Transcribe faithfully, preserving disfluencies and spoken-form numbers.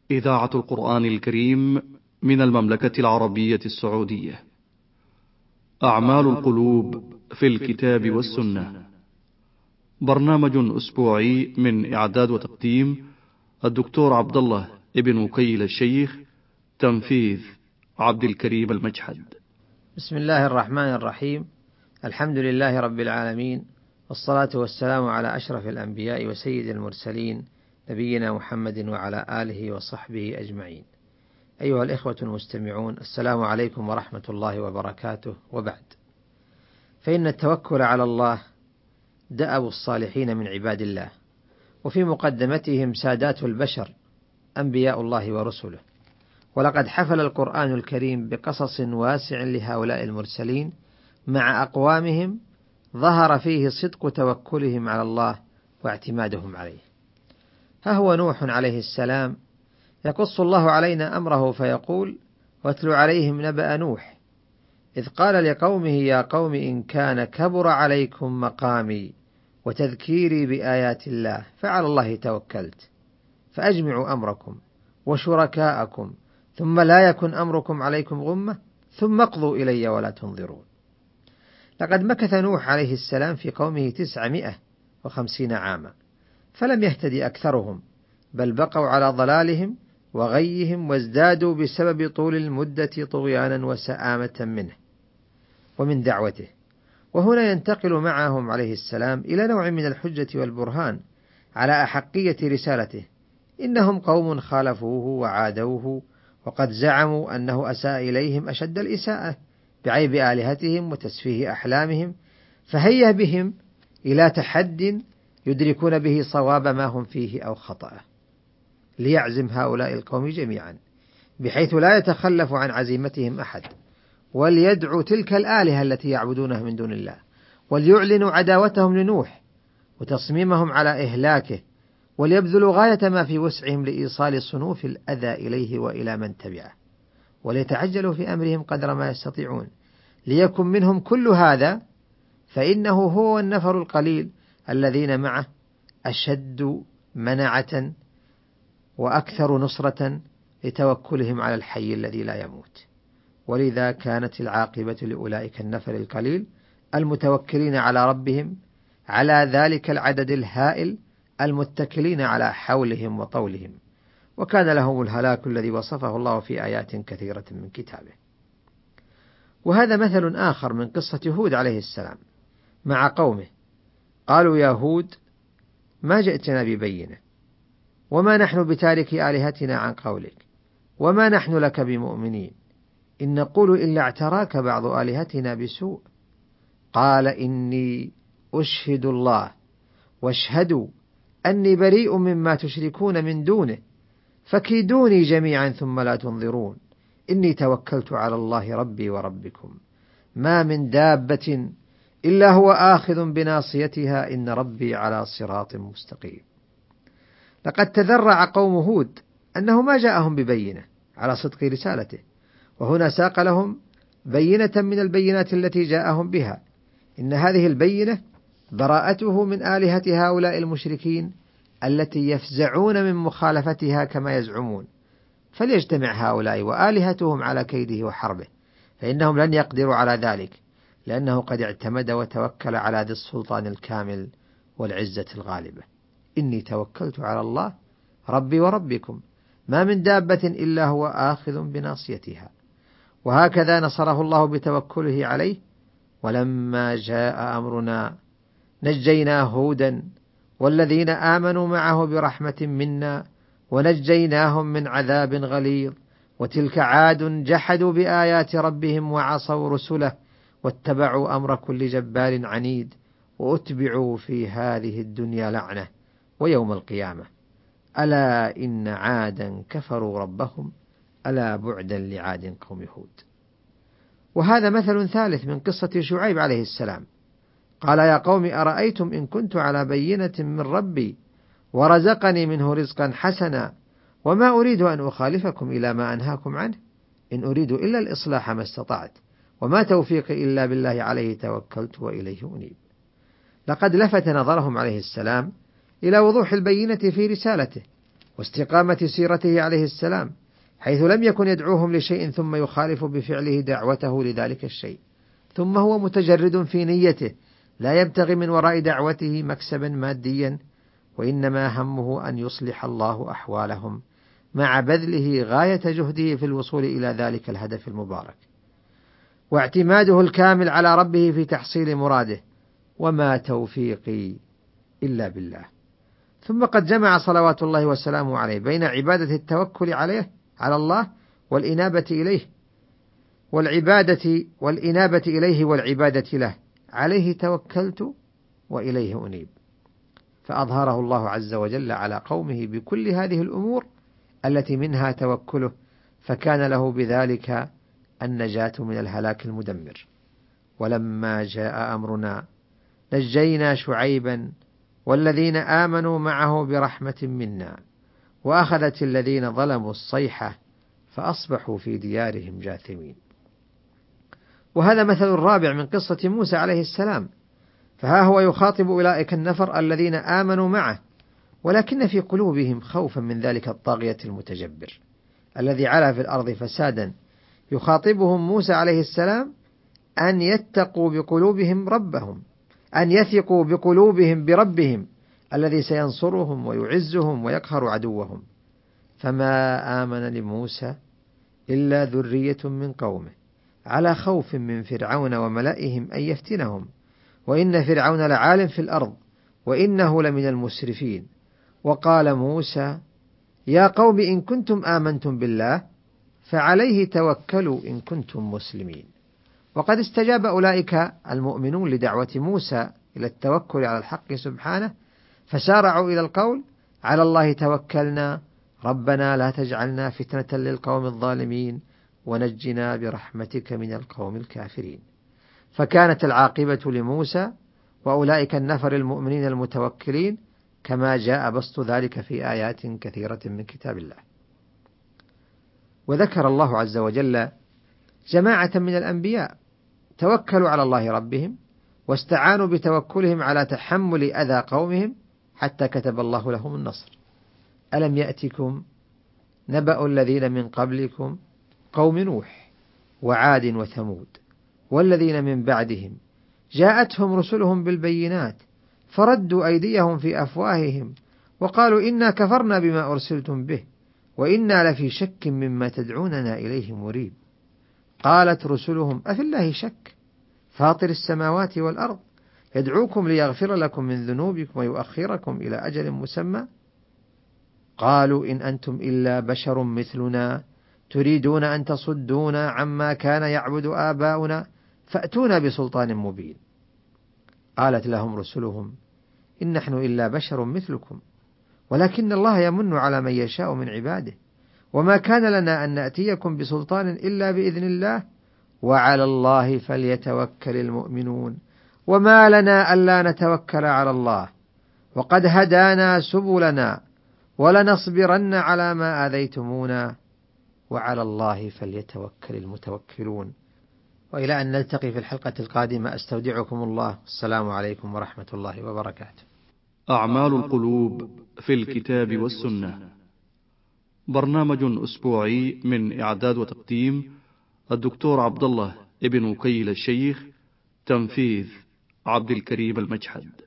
إذاعة القرآن الكريم من المملكة العربية السعودية. أعمال القلوب في الكتاب والسنة، برنامج أسبوعي من إعداد وتقديم الدكتور عبد الله ابن وكيل الشيخ، تنفيذ عبد الكريم المجحد. بسم الله الرحمن الرحيم. الحمد لله رب العالمين، والصلاة والسلام على أشرف الأنبياء وسيد المرسلين، نبينا محمد وعلى آله وصحبه أجمعين. أيها الإخوة المستمعون، السلام عليكم ورحمة الله وبركاته. وبعد، فإن التوكل على الله دأب الصالحين من عباد الله، وفي مقدمتهم سادات البشر أنبياء الله ورسله. ولقد حفل القرآن الكريم بقصص واسع لهؤلاء المرسلين مع أقوامهم ظهر فيه صدق توكلهم على الله واعتمادهم عليه. ها هو نوح عليه السلام يقص الله علينا أمره فيقول: واتل عليهم نبأ نوح إذ قال لقومه يا قوم إن كان كبر عليكم مقامي وتذكيري بآيات الله فعلى الله توكلت فأجمعوا أمركم وشركاءكم ثم لا يكن أمركم عليكم غمة ثم اقضوا إلي ولا تنظرون. لقد مكث نوح عليه السلام في قومه تسعمائة وخمسين عاما، فلم يهتدي أكثرهم، بل بقوا على ضلالهم وغيهم، وازدادوا بسبب طول المدة طغيانا وسآمة منه ومن دعوته. وهنا ينتقل معهم عليه السلام إلى نوع من الحجة والبرهان على أحقية رسالته. إنهم قوم خالفوه وعادوه، وقد زعموا أنه أساء إليهم أشد الإساءة بعيب آلهتهم وتسفيه أحلامهم، فهيا بهم إلى تحد يدركون به صواب ما هم فيه أو خطأه، ليعزم هؤلاء القوم جميعا بحيث لا يتخلف عن عزيمتهم أحد، وليدعوا تلك الآلهة التي يعبدونها من دون الله، وليعلنوا عداوتهم لنوح وتصميمهم على إهلاكه، وليبذلوا غاية ما في وسعهم لإيصال صنوف الأذى إليه وإلى من تبعه، وليتعجلوا في أمرهم قدر ما يستطيعون، ليكن منهم كل هذا، فإنه هو النفر القليل الذين معه أشد منعة وأكثر نصرة لتوكلهم على الحي الذي لا يموت. ولذا كانت العاقبة لأولئك النفر القليل المتوكلين على ربهم على ذلك العدد الهائل المتكلين على حولهم وطولهم، وكان لهم الهلاك الذي وصفه الله في آيات كثيرة من كتابه. وهذا مثل آخر من قصة هود عليه السلام مع قومه. قالوا يا هود ما جئتنا ببينة، وما نحن بتاركي آلهتنا عن قولك، وما نحن لك بمؤمنين، إن نقول إلا اعتراك بعض آلهتنا بسوء. قال إني أشهد الله واشهدوا أني بريء مما تشركون من دونه فكيدوني جميعا ثم لا تنظرون إني توكلت على الله ربي وربكم ما من دابة إلا هو آخذ بناصيتها إن ربي على صراط مستقيم. لقد تذرع قوم هود أنه ما جاءهم ببينة على صدق رسالته، وهنا ساق لهم بينة من البينات التي جاءهم بها. إن هذه البينة براءته من آلهة هؤلاء المشركين التي يفزعون من مخالفتها كما يزعمون، فليجتمع هؤلاء وآلهتهم على كيده وحربه، فإنهم لن يقدروا على ذلك، لأنه قد اعتمد وتوكل على ذي السلطان الكامل والعزة الغالبة. إني توكلت على الله ربي وربكم ما من دابة إلا هو آخذ بناصيتها. وهكذا نصره الله بتوكله عليه. ولما جاء أمرنا نجينا هودا والذين آمنوا معه برحمة منا ونجيناهم من عذاب غليظ. وتلك عاد جحدوا بآيات ربهم وعصوا رسله واتبعوا أمر كل جبار عنيد وأتبعوا في هذه الدنيا لعنة ويوم القيامة ألا إن عادا كفروا ربهم ألا بعدا لعاد قوم هود. وهذا مثل ثالث من قصة شعيب عليه السلام. قال يا قوم أرأيتم إن كنت على بينة من ربي ورزقني منه رزقا حسنا وما أريد أن أخالفكم إلى ما أنهاكم عنه إن أريد إلا الإصلاح ما استطعت وما توفيقي إلا بالله عليه توكلت وإليه أنيب. لقد لفت نظرهم عليه السلام إلى وضوح البينة في رسالته واستقامة سيرته عليه السلام، حيث لم يكن يدعوهم لشيء ثم يخالف بفعله دعوته لذلك الشيء، ثم هو متجرد في نيته، لا يبتغي من وراء دعوته مكسبا ماديا، وإنما همه أن يصلح الله أحوالهم، مع بذله غاية جهده في الوصول إلى ذلك الهدف المبارك، واعتماده الكامل على ربه في تحصيل مراده، وما توفيقي إلا بالله. ثم قد جمع صلوات الله وسلامه عليه بين عبادة التوكل عليه على الله والإنابة إليه والعبادة والإنابة إليه والعبادة له، عليه توكلت وإليه أنيب، فأظهره الله عز وجل على قومه بكل هذه الأمور التي منها توكله، فكان له بذلك النجاة من الهلاك المدمر. ولما جاء أمرنا نجينا شعيبا والذين آمنوا معه برحمة منا، وأخذت الذين ظلموا الصيحة فأصبحوا في ديارهم جاثمين. وهذا مثل رابع من قصة موسى عليه السلام، فها هو يخاطب أولئك النفر الذين آمنوا معه، ولكن في قلوبهم خوفا من ذلك الطاغية المتجبر الذي علا في الأرض فسادا. يخاطبهم موسى عليه السلام أن يتقوا بقلوبهم ربهم، أن يثقوا بقلوبهم بربهم الذي سينصرهم ويعزهم ويقهر عدوهم. فما آمن لموسى إلا ذرية من قومه على خوف من فرعون وملئهم أن يفتنهم، وإن فرعون لعال في الأرض وإنه لمن المسرفين. وقال موسى يا قوم إن كنتم آمنتم بالله فعليه توكلوا إن كنتم مسلمين. وقد استجاب أولئك المؤمنون لدعوة موسى إلى التوكل على الحق سبحانه، فسارعوا إلى القول على الله توكلنا ربنا لا تجعلنا فتنة للقوم الظالمين ونجنا برحمتك من القوم الكافرين. فكانت العاقبة لموسى وأولئك النفر المؤمنين المتوكلين كما جاء بسط ذلك في آيات كثيرة من كتاب الله. وذكر الله عز وجل جماعة من الأنبياء توكلوا على الله ربهم واستعانوا بتوكلهم على تحمل أذى قومهم حتى كتب الله لهم النصر. ألم يأتكم نبأ الذين من قبلكم قوم نوح وعاد وثمود والذين من بعدهم جاءتهم رسلهم بالبينات فردوا أيديهم في أفواههم وقالوا إنا كفرنا بما أرسلتم به وإنا لفي شك مما تدعوننا إليه مريب. قالت رسلهم أفي الله شك فاطر السماوات والأرض يدعوكم ليغفر لكم من ذنوبكم ويؤخركم إلى أجل مسمى قالوا إن أنتم إلا بشر مثلنا تريدون أن تصدونا عما كان يعبد آباؤنا فأتونا بسلطان مبين. قالت لهم رسلهم إن نحن إلا بشر مثلكم ولكن الله يمن على من يشاء من عباده وما كان لنا أن نأتيكم بسلطان إلا بإذن الله وعلى الله فليتوكل المؤمنون وما لنا ألا نتوكل على الله وقد هدانا سبلنا ولنصبرن على ما آذيتمونا وعلى الله فليتوكل المتوكلون. وإلى أن نلتقي في الحلقة القادمة أستودعكم الله. السلام عليكم ورحمة الله وبركاته. أعمال القلوب في الكتاب والسنة، برنامج أسبوعي من إعداد وتقديم الدكتور عبد الله ابن وكيل الشيخ، تنفيذ عبد الكريم المجحد.